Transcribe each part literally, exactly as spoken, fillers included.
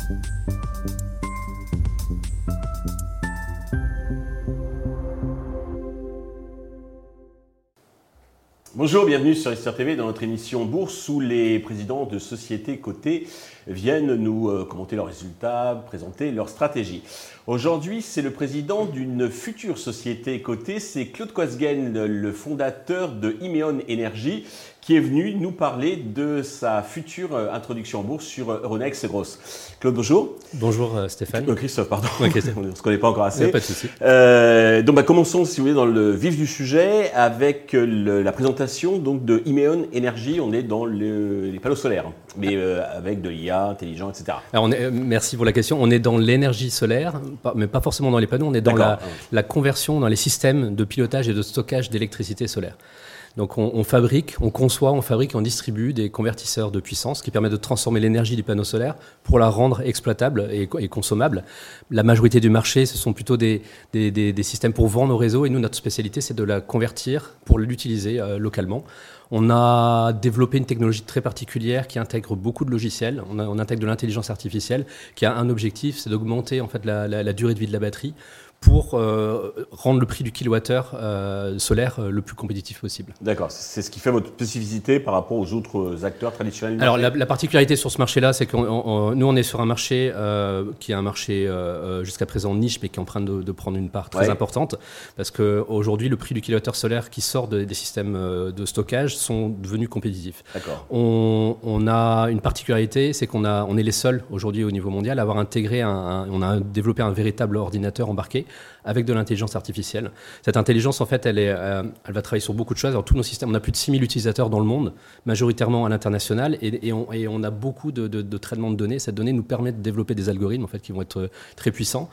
Bonjour, bienvenue sur Investir T V dans notre émission Bourse où les présidents de sociétés cotées viennent nous euh, commenter leurs résultats, présenter leurs stratégies. Aujourd'hui, c'est le président d'une future société cotée, c'est Claude Coisgen, le fondateur de Imeon Energy, qui est venu nous parler de sa future introduction en bourse sur Euronext Growth. Claude, bonjour. Bonjour Stéphane. Euh, Christophe, pardon. Okay. On ne se connaît pas encore assez. Pas de souci. Euh, donc, bah, commençons, si vous voulez, dans le vif du sujet avec le, la présentation donc, de Imeon Energy. On est dans le, les panneaux solaires, mais euh, avec de l'I A, intelligent, et cetera. Alors, on est, merci pour la question. On est dans l'énergie solaire, mais pas forcément dans les panneaux. On est dans la, la conversion dans les systèmes de pilotage et de stockage d'électricité solaire. Donc on, on fabrique, on conçoit, on fabrique et on distribue des convertisseurs de puissance qui permettent de transformer l'énergie du panneau solaire pour la rendre exploitable et, et consommable. La majorité du marché, ce sont plutôt des, des, des, des systèmes pour vendre au réseau et nous, notre spécialité, c'est de la convertir pour l'utiliser euh, localement. On a développé une technologie très particulière qui intègre beaucoup de logiciels. On, a, on intègre de l'intelligence artificielle qui a un objectif, c'est d'augmenter en fait la, la, la durée de vie de la batterie pour euh, rendre le prix du kilowattheure euh, solaire euh, le plus compétitif possible. D'accord, c'est ce qui fait votre spécificité par rapport aux autres acteurs traditionnels du Alors marché. la, la particularité sur ce marché-là, c'est que nous on est sur un marché euh, qui est un marché euh, jusqu'à présent niche, mais qui est en train de, de prendre une part très ouais. importante, parce qu'aujourd'hui le prix du kilowattheure solaire qui sort de, des systèmes de stockage sont devenus compétitifs. D'accord. On, on a une particularité, c'est qu'on a, on est les seuls aujourd'hui au niveau mondial à avoir intégré, un, un, on a développé un véritable ordinateur embarqué avec de l'intelligence artificielle. Cette intelligence, en fait, elle, est, euh, elle va travailler sur beaucoup de choses. Alors, tous nos systèmes, on a plus de six mille utilisateurs dans le monde, majoritairement à l'international, et, et, on, et on a beaucoup de, de, de traitements de données. Cette donnée nous permet de développer des algorithmes, en fait, qui vont être très puissants.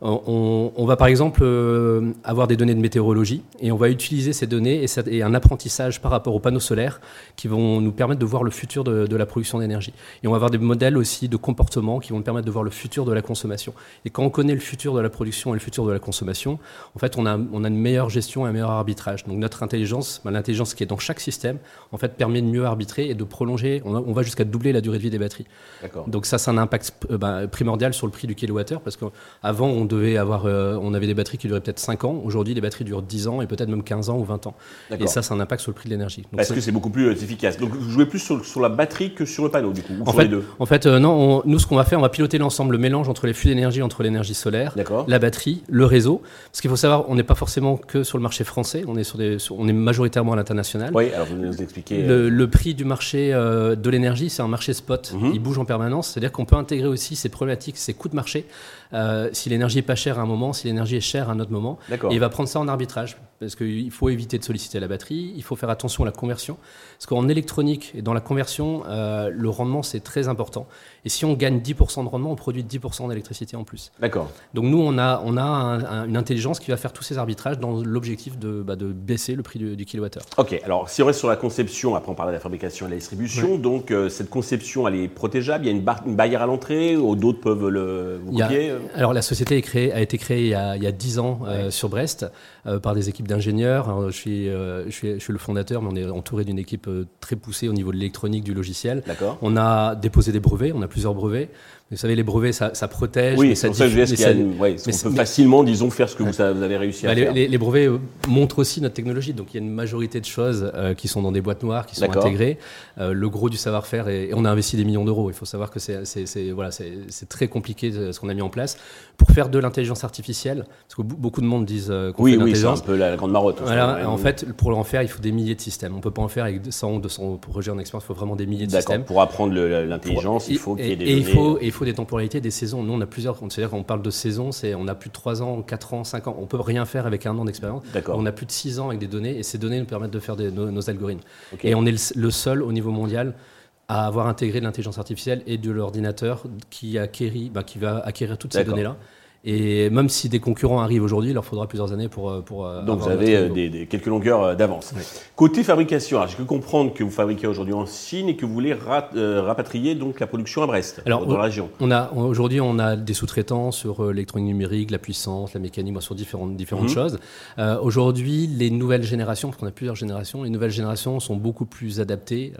On, on va, par exemple, euh, avoir des données de météorologie, et on va utiliser ces données et, cette, et un apprentissage par rapport aux panneaux solaires qui vont nous permettre de voir le futur de, de la production d'énergie. Et on va avoir des modèles aussi de comportement qui vont nous permettre de voir le futur de la consommation. Et quand on connaît le futur de la production et le futur de la consommation, en fait, on a, on a une meilleure gestion et un meilleur arbitrage. Donc, notre intelligence, ben, l'intelligence qui est dans chaque système, en fait, permet de mieux arbitrer et de prolonger. On, a, on va jusqu'à doubler la durée de vie des batteries. D'accord. Donc, ça, c'est un impact ben, primordial sur le prix du kilowattheure parce qu'avant, on devait avoir, euh, on avait des batteries qui duraient peut-être cinq ans. Aujourd'hui, les batteries durent dix ans et peut-être même quinze ans ou vingt ans. D'accord. Et ça, c'est un impact sur le prix de l'énergie. Donc, parce c'est... que c'est beaucoup plus efficace. Donc, vous jouez plus sur, sur la batterie que sur le panneau, du coup, ou en sur fait, les deux. En fait, euh, non. On, nous, ce qu'on va faire, on va piloter l'ensemble, le mélange entre les flux d'énergie, entre l'énergie solaire, D'accord. la batterie, le réseau. Parce qu'il faut savoir, on n'est pas forcément que sur le marché français, on est, sur des, sur, on est majoritairement à l'international. Oui, alors vous nous expliquez. Le, le prix du marché euh, de l'énergie, c'est un marché spot. Mm-hmm. Il bouge en permanence, c'est-à-dire qu'on peut intégrer aussi ces problématiques, ces coûts de marché. Euh, si l'énergie n'est pas chère à un moment, si l'énergie est chère à un autre moment. D'accord. Et il va prendre ça en arbitrage. Parce qu'il faut éviter de solliciter la batterie, il faut faire attention à la conversion. Parce qu'en électronique et dans la conversion, euh, le rendement, c'est très important. Et si on gagne dix pour cent de rendement, on produit dix pour cent d'électricité en plus. D'accord. Donc nous, on a, on a un, un, une intelligence qui va faire tous ces arbitrages dans l'objectif de, bah, de baisser le prix du, du kilowattheure. Ok, alors si on reste sur la conception, après on parlera de la fabrication et de la distribution, oui. donc euh, cette conception, elle est protégeable, il y a une, bar- une barrière à l'entrée, ou d'autres peuvent le, vous copier. A, alors la société est créée, a été créée il y a, il y a dix ans euh, ouais. sur Brest euh, par des équipes d'ingénieurs. Alors, je, suis, euh, je, suis, je suis le fondateur, mais on est entouré d'une équipe euh, très poussée au niveau de l'électronique, du logiciel. D'accord. On a déposé des brevets, on a plusieurs brevets. Vous savez, les brevets, ça, ça protège. Oui, c'est pour ça que je dis qu'il y a une, ouais, on peut mais, facilement, disons, faire ce que ouais. vous, vous avez réussi bah à les, faire. Les, les brevets euh, montrent aussi notre technologie. Donc, il y a une majorité de choses euh, qui sont dans des boîtes noires, qui sont D'accord. intégrées. Euh, le gros du savoir-faire, est, et on a investi des millions d'euros. Il faut savoir que c'est, c'est, c'est, voilà, c'est, c'est très compliqué ce qu'on a mis en place pour faire de l'intelligence artificielle. Parce que beaucoup de monde disent euh, qu'on oui, fait de oui, l'intelligence. Oui, c'est un peu la, la grande marotte. Voilà, ouais, en oui. fait, pour en faire, il faut des milliers de systèmes. On ne peut pas en faire avec cent ou deux cents projets en expérience. Il faut vraiment des milliers de D'accord. systèmes. Pour apprendre le, l'intelligence, pour, il faut et, qu'il y ait des et données. Il faut, et il faut des temporalités, des saisons. Nous, on a plusieurs. C'est-à-dire qu'on parle de saisons, c'est, on a plus de trois ans, quatre ans, cinq ans. On ne peut rien faire avec un an d'expérience. D'accord. On a plus de six ans avec des données, et ces données nous permettent de faire des, nos, nos algorithmes. Okay. Et on est le, le seul au niveau mondial à avoir intégré de l'intelligence artificielle et de l'ordinateur qui, acquérit, bah, qui va acquérir toutes D'accord. ces données-là. Et même si des concurrents arrivent aujourd'hui, il leur faudra plusieurs années pour... pour Donc vous avez des, des, quelques longueurs d'avance. Oui. Côté fabrication, alors j'ai pu comprendre que vous fabriquez aujourd'hui en Chine et que vous voulez rat, euh, rapatrier donc la production à Brest, alors, dans la région. On a, aujourd'hui, on a des sous-traitants sur euh, l'électronique numérique, la puissance, la mécanique, sur différentes, différentes mmh. choses. Euh, aujourd'hui, les nouvelles générations, parce qu'on a plusieurs générations, les nouvelles générations sont beaucoup plus adaptées, euh,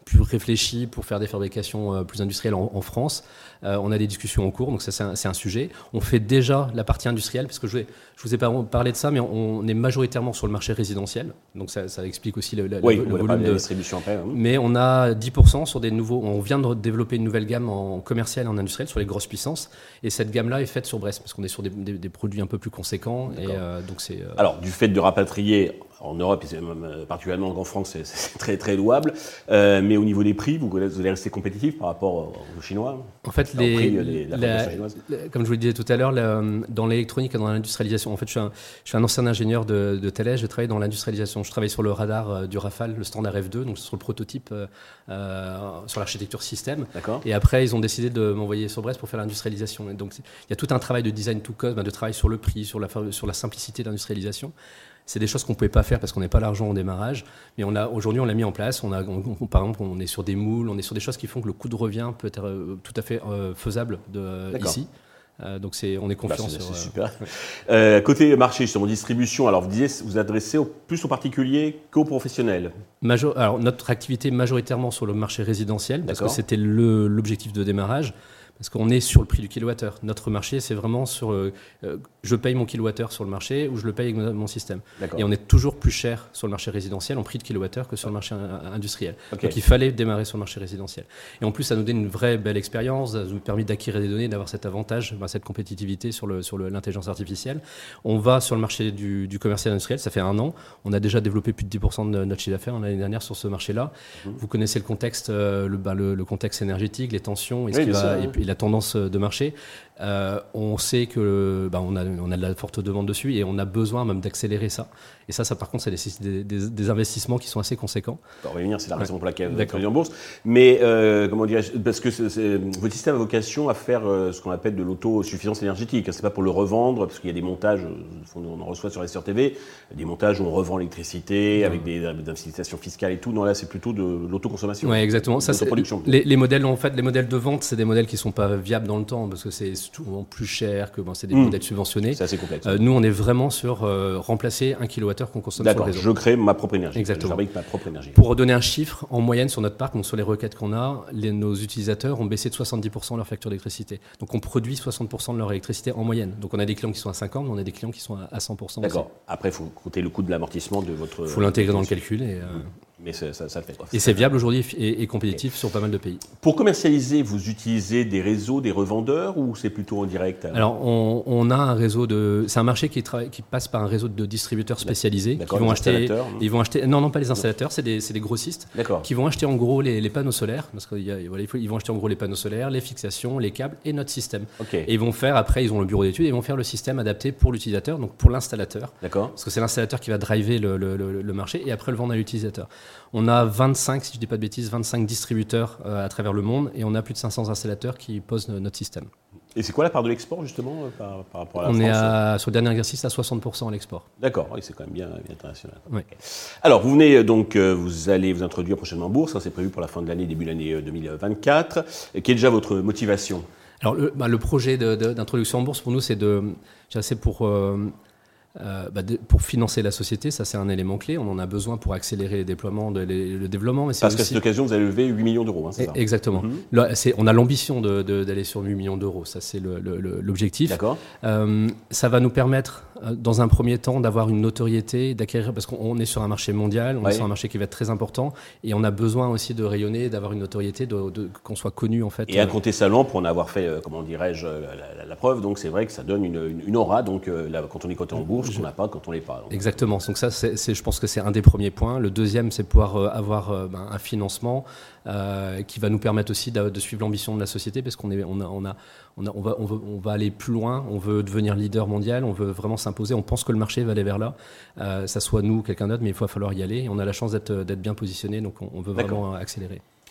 plus réfléchi pour faire des fabrications euh, plus industrielles en, en France. Euh, on a des discussions en cours, donc ça c'est un, c'est un sujet. On fait déjà la partie industrielle, parce que je, vais, je vous ai pas parlé de ça, mais on, on est majoritairement sur le marché résidentiel, donc ça, ça explique aussi le, le, oui, le, le volume de la distribution après. Hein. Mais on a dix pour cent sur des nouveaux. On vient de développer une nouvelle gamme en commercial et en industriel sur les grosses puissances, et cette gamme-là est faite sur Brest, parce qu'on est sur des, des, des produits un peu plus conséquents. Et euh, donc c'est. Euh... Alors du fait de rapatrier en Europe, et même, euh, particulièrement en France, c'est, c'est très très louable. Euh, mais au niveau des prix, vous, vous allez rester compétitif par rapport aux, aux Chinois. En fait, les, prix, les, la la, la, comme je vous le disais tout à l'heure, la, dans l'électronique et dans l'industrialisation, en fait, je suis un, je suis un ancien ingénieur de, de Thales. Je travaille dans l'industrialisation. Je travaille sur le radar euh, du Rafale, le standard F deux, donc sur le prototype, euh, euh, sur l'architecture système. D'accord. Et après, ils ont décidé de m'envoyer sur Brest pour faire l'industrialisation. Et donc, il y a tout un travail de design to cost, de travail sur le prix, sur la, sur la simplicité de l'industrialisation. C'est des choses qu'on ne pouvait pas faire parce qu'on n'a pas l'argent au démarrage. Mais on a, aujourd'hui, on l'a mis en place. On a, on, on, par exemple, on est sur des moules, on est sur des choses qui font que le coût de revient peut être euh, tout à fait euh, faisable de, ici. Euh, donc, c'est, on est confiant bah, c'est, sur... C'est super. Ouais. Euh, côté marché, justement, distribution, alors vous disiez, vous vous adressez au, plus aux particuliers qu'aux professionnels. Major, alors, notre activité majoritairement sur le marché résidentiel, parce D'accord. que c'était le, l'objectif de démarrage. Parce qu'on est sur le prix du kilowattheure. Notre marché, c'est vraiment sur... Euh, je paye mon kilowattheure sur le marché ou je le paye avec mon système. D'accord. Et on est toujours plus cher sur le marché résidentiel en prix de kilowattheure que sur le marché industriel. Okay. Donc il fallait démarrer sur le marché résidentiel. Et en plus, ça nous donne une vraie belle expérience. Ça nous a permis d'acquérir des données, d'avoir cet avantage, ben, cette compétitivité sur, le, sur le, l'intelligence artificielle. On va sur le marché du, du commercial industriel. Ça fait un an. On a déjà développé plus de dix pour cent de notre chiffre d'affaires l'année dernière sur ce marché-là. Mmh. Vous connaissez le contexte, euh, le, ben, le, le contexte énergétique, les tensions et, ce oui, qui va, ça, et, et la tendance de marché. Euh, on sait que bah, on, a, on a de la forte demande dessus et on a besoin même d'accélérer ça. Et ça, ça par contre, c'est des, des, des investissements qui sont assez conséquents. On va revenir, c'est la raison ouais. pour laquelle vous êtes en bourse. Mais euh, comment dirais-je, parce que c'est, c'est, votre système a vocation à faire euh, ce qu'on appelle de l'autosuffisance énergétique. C'est pas pour le revendre, parce qu'il y a des montages, on en reçoit sur S R T V, des montages où on revend l'électricité ouais. avec des, des incitations fiscales et tout. Non, là, c'est plutôt de l'autoconsommation. Oui, exactement. Ça, c'est, les, les modèles, en fait, les modèles de vente, c'est des modèles qui sont pas viables dans le temps, parce que c'est souvent plus cher, que bon, c'est des mmh. modèles subventionnés. C'est assez complexe. Euh, nous, on est vraiment sur euh, remplacer un kilowattheure qu'on consomme D'accord, sur le réseau. Je crée ma propre énergie. Exactement. Je fabrique ma propre énergie. Pour redonner un chiffre, en moyenne sur notre parc, donc sur les requêtes qu'on a, les, nos utilisateurs ont baissé de soixante-dix pour cent leur facture d'électricité. Donc on produit soixante pour cent de leur électricité en moyenne. Donc on a des clients qui sont à cinquante, mais on a des clients qui sont à cent pour cent. D'accord. Aussi. Après, il faut compter le coût de l'amortissement de votre... Il faut l'intégrer dans le calcul. Et, euh... Mais ça, ça, ça le fait. Quoi. Et c'est viable aujourd'hui et, et compétitif okay. sur pas mal de pays. Pour commercialiser, vous utilisez des réseaux, des revendeurs ou c'est plutôt en direct? Alors, on, on a un réseau de... C'est un marché qui, travaille, qui passe par un réseau de distributeurs spécialisés. D'accord, qui vont acheter, hein. ils vont acheter... Non, non, pas les installateurs, c'est des, c'est des grossistes. D'accord. Qui vont acheter en gros les, les panneaux solaires. Parce qu'il y a, voilà, il faut, ils vont acheter en gros les panneaux solaires, les fixations, les câbles et notre système. Okay. Et ils vont faire, après, ils ont le bureau d'études, et ils vont faire le système adapté pour l'utilisateur, donc pour l'installateur. D'accord. Parce que c'est l'installateur qui va driver le, le, le, le marché et après le vendre à l'utilisateur. On a vingt-cinq, si je ne dis pas de bêtises, vingt-cinq distributeurs euh, à travers le monde et on a plus de cinq cents installateurs qui posent notre système. Et c'est quoi la part de l'export justement par, par rapport à la on France? On est à, sur le dernier exercice à soixante pour cent à l'export. D'accord, oui, c'est quand même bien, bien international. Oui. Alors vous venez donc, vous allez vous introduire prochainement en bourse, hein, c'est prévu pour la fin de l'année, début de l'année deux mille vingt-quatre. Et quelle est déjà votre motivation? Alors le, bah, le projet de, de, d'introduction en bourse pour nous, c'est de, c'est pour... Euh, Euh, bah, de, pour financer la société, ça c'est un élément clé. On en a besoin pour accélérer les déploiements, de, les, le développement. Mais c'est Parce aussi... qu'à cette occasion, vous avez levé huit millions d'euros, hein, c'est ça? Exactement. Mm-hmm. Là, c'est, on a l'ambition de, de, d'aller sur huit millions d'euros. Ça c'est le, le, l'objectif. D'accord. Euh, ça va nous permettre, dans un premier temps, d'avoir une notoriété, d'acquérir, parce qu'on est sur un marché mondial, on ouais. est sur un marché qui va être très important, et on a besoin aussi de rayonner, d'avoir une notoriété, de, de, qu'on soit connu en fait. Et à compter salon pour en avoir fait, euh, comment dirais-je, la, la, la preuve. Donc c'est vrai que ça donne une, une, une aura. Donc euh, là, quand on est coté en bourse, je... on n'a pas quand on l'est pas. Donc. Exactement. Donc ça, c'est, c'est, je pense que c'est un des premiers points. Le deuxième, c'est pouvoir euh, avoir euh, ben, un financement euh, qui va nous permettre aussi de, de suivre l'ambition de la société, parce qu'on est, on a, on a, on a, on va, on veut, on va aller plus loin. On veut devenir leader mondial. On veut vraiment s'imposer. On pense que le marché va aller vers là. Euh, ça soit nous, quelqu'un d'autre, mais il va falloir y aller. Et on a la chance d'être, d'être bien positionné, donc on, on veut D'accord. vraiment accélérer.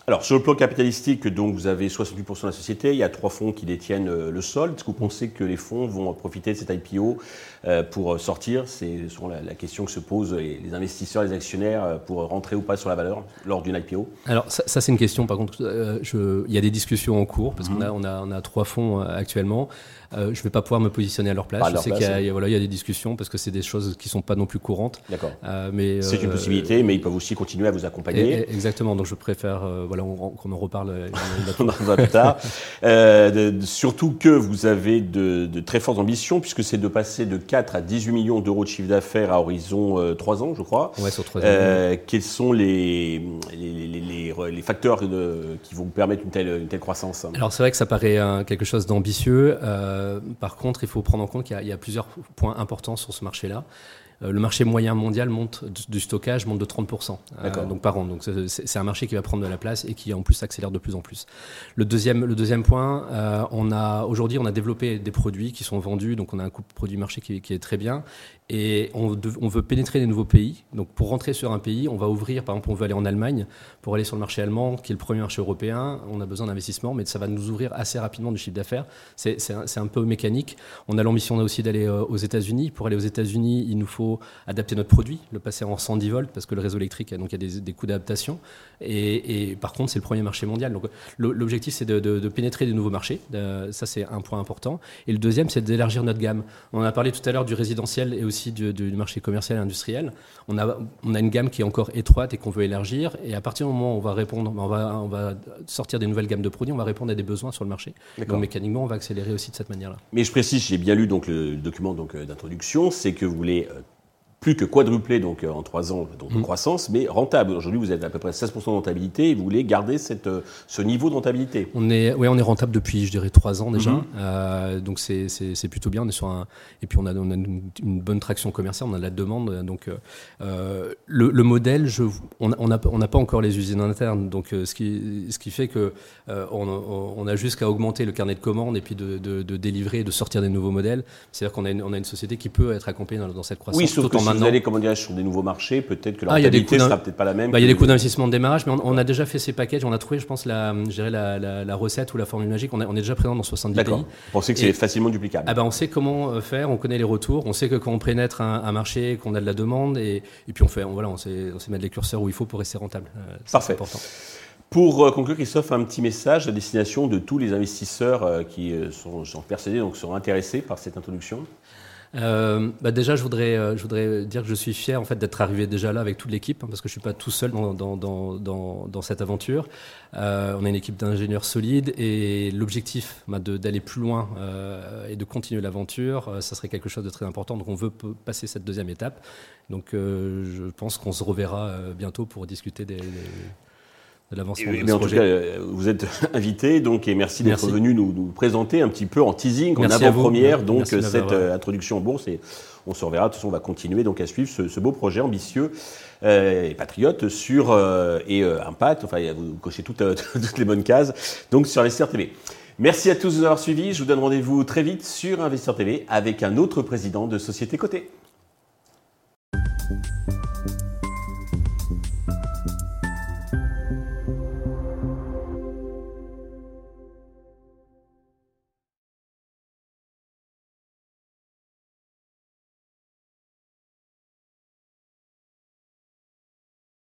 Alors, sur le plan capitalistique, donc, vous avez soixante-huit pour cent de la société. Il y a trois fonds qui détiennent euh, le sol. Est-ce que vous pensez que les fonds vont profiter de cet I P O euh, pour sortir? C'est souvent la, la question que se posent les, les investisseurs, les actionnaires, euh, pour rentrer ou pas sur la valeur lors d'une I P O. Alors, ça, ça c'est une question. Par contre, euh, je, il y a des discussions en cours parce mmh. qu'on a, on a, on a trois fonds euh, actuellement. Euh, je ne vais pas pouvoir me positionner à leur place. Pas je leur sais place, qu'il y a, hein. il y a, voilà, il y a des discussions parce que c'est des choses qui ne sont pas non plus courantes. D'accord. Euh, mais, c'est une euh, possibilité, mais ils peuvent aussi continuer à vous accompagner. Et, et, exactement. Donc, je préfère euh, voilà, on, qu'on en reparle. On en reparle plus tard. Euh, de, de, surtout que vous avez de, de très fortes ambitions, puisque c'est de passer de quatre à dix-huit millions d'euros de chiffre d'affaires à horizon euh, trois ans, je crois. Ouais, sur trois ans. Euh, quels sont les, les, les, les, les facteurs de, qui vont vous permettre une telle, une telle croissance? Alors, c'est vrai que ça paraît hein, quelque chose d'ambitieux. Euh, par contre, il faut prendre en compte qu'il y a, il y a plusieurs points importants sur ce marché-là. Euh, le marché moyen mondial monte du stockage monte de trente pour cent euh, donc par an. Donc c'est, c'est un marché qui va prendre de la place et qui en plus s'accélère de plus en plus. Le deuxième, le deuxième point, euh, on a aujourd'hui on a développé des produits qui sont vendus, donc on a un coût produit marché qui, qui est très bien. Et on, de, on veut pénétrer des nouveaux pays. Donc pour rentrer sur un pays, on va ouvrir, par exemple, on veut aller en Allemagne pour aller sur le marché allemand, qui est le premier marché européen. On a besoin d'investissement, mais ça va nous ouvrir assez rapidement du chiffre d'affaires. C'est, c'est, un, c'est un peu mécanique. On a l'ambition aussi d'aller aux États-Unis. Pour aller aux États-Unis, il nous faut adapter notre produit, le passer en cent dix volts parce que le réseau électrique, donc il y a des, des coûts d'adaptation. Et, et par contre, c'est le premier marché mondial. Donc l'objectif, c'est de, de, de pénétrer des nouveaux marchés. De, ça, c'est un point important. Et le deuxième, c'est d'élargir notre gamme. On en a parlé tout à l'heure du résidentiel et aussi Du, du marché commercial et industriel. On a, on a une gamme qui est encore étroite et qu'on veut élargir. Et à partir du moment où on va répondre, on va, on va sortir des nouvelles gammes de produits, on va répondre à des besoins sur le marché. D'accord. Donc mécaniquement, on va accélérer aussi de cette manière-là. Mais je précise, j'ai bien lu donc, le document donc, d'introduction, c'est que vous voulez euh, plus que quadrupler donc, en trois ans donc, de mmh. croissance, mais rentable. Aujourd'hui, vous êtes à peu près seize pour cent de rentabilité et vous voulez garder cette, ce niveau de rentabilité. On est, ouais, on est rentable depuis, je dirais, trois ans déjà. Mmh. Euh, donc, c'est, c'est, c'est plutôt bien. On est sur un, et puis, on a, on a une, une bonne traction commerciale, on a de la demande. Donc, euh, le, le modèle, je, on n'a on a, on a pas encore les usines internes. Donc, euh, ce, qui, ce qui fait qu'on euh, on a juste qu'à augmenter le carnet de commandes et puis de, de, de délivrer, de sortir des nouveaux modèles. C'est-à-dire qu'on a une, on a une société qui peut être accompagnée dans, dans cette croissance. Oui, sauf tout que en si maintenant. Vous allez, comment dirais-je, sur des nouveaux marchés, peut-être que la ah, rentabilité ne sera peut-être pas la même. Bah, il y a des coûts d'investissement de démarrage, mais on, on a déjà fait ces packages, on a trouvé, je pense, la, je dirais la, la, la recette ou la formule magique. On, a, on est déjà présent dans soixante-dix D'accord. pays. Vous pensez que c'est et, facilement duplicable? Ah bah, on sait comment faire, on connaît les retours, on sait que quand on pénètre un, un marché, qu'on a de la demande, et, et puis on fait, on, voilà, on sait, on sait mettre les curseurs où il faut pour rester rentable. Euh, c'est Parfait. Important. Pour conclure, Christophe, un petit message à destination de tous les investisseurs qui sont, sont persuadés, donc seront intéressés par cette introduction. Euh, bah déjà, je voudrais, euh, je voudrais dire que je suis fier en fait d'être arrivé déjà là avec toute l'équipe, hein, parce que je suis pas tout seul dans, dans, dans, dans, dans cette aventure. Euh, on a une équipe d'ingénieurs solides et l'objectif bah, de, d'aller plus loin euh, et de continuer l'aventure, euh, ça serait quelque chose de très important. Donc, on veut p- passer cette deuxième étape. Donc, euh, je pense qu'on se reverra euh, bientôt pour discuter des, des de l'avancement et, de mais ce en projet. tout cas, vous êtes invité, donc, et merci d'être merci. venu nous, nous présenter un petit peu en teasing, merci en avant-première, donc merci cette euh, introduction en bourse. Et on se reverra. De toute façon, on va continuer donc à suivre ce, ce beau projet ambitieux euh, et patriote sur euh, et euh, impact. Enfin, vous cochez toutes, euh, toutes les bonnes cases. Donc sur Investisseur T V. Merci à tous de nous avoir suivis. Je vous donne rendez-vous très vite sur Investisseur T V avec un autre président de société cotée.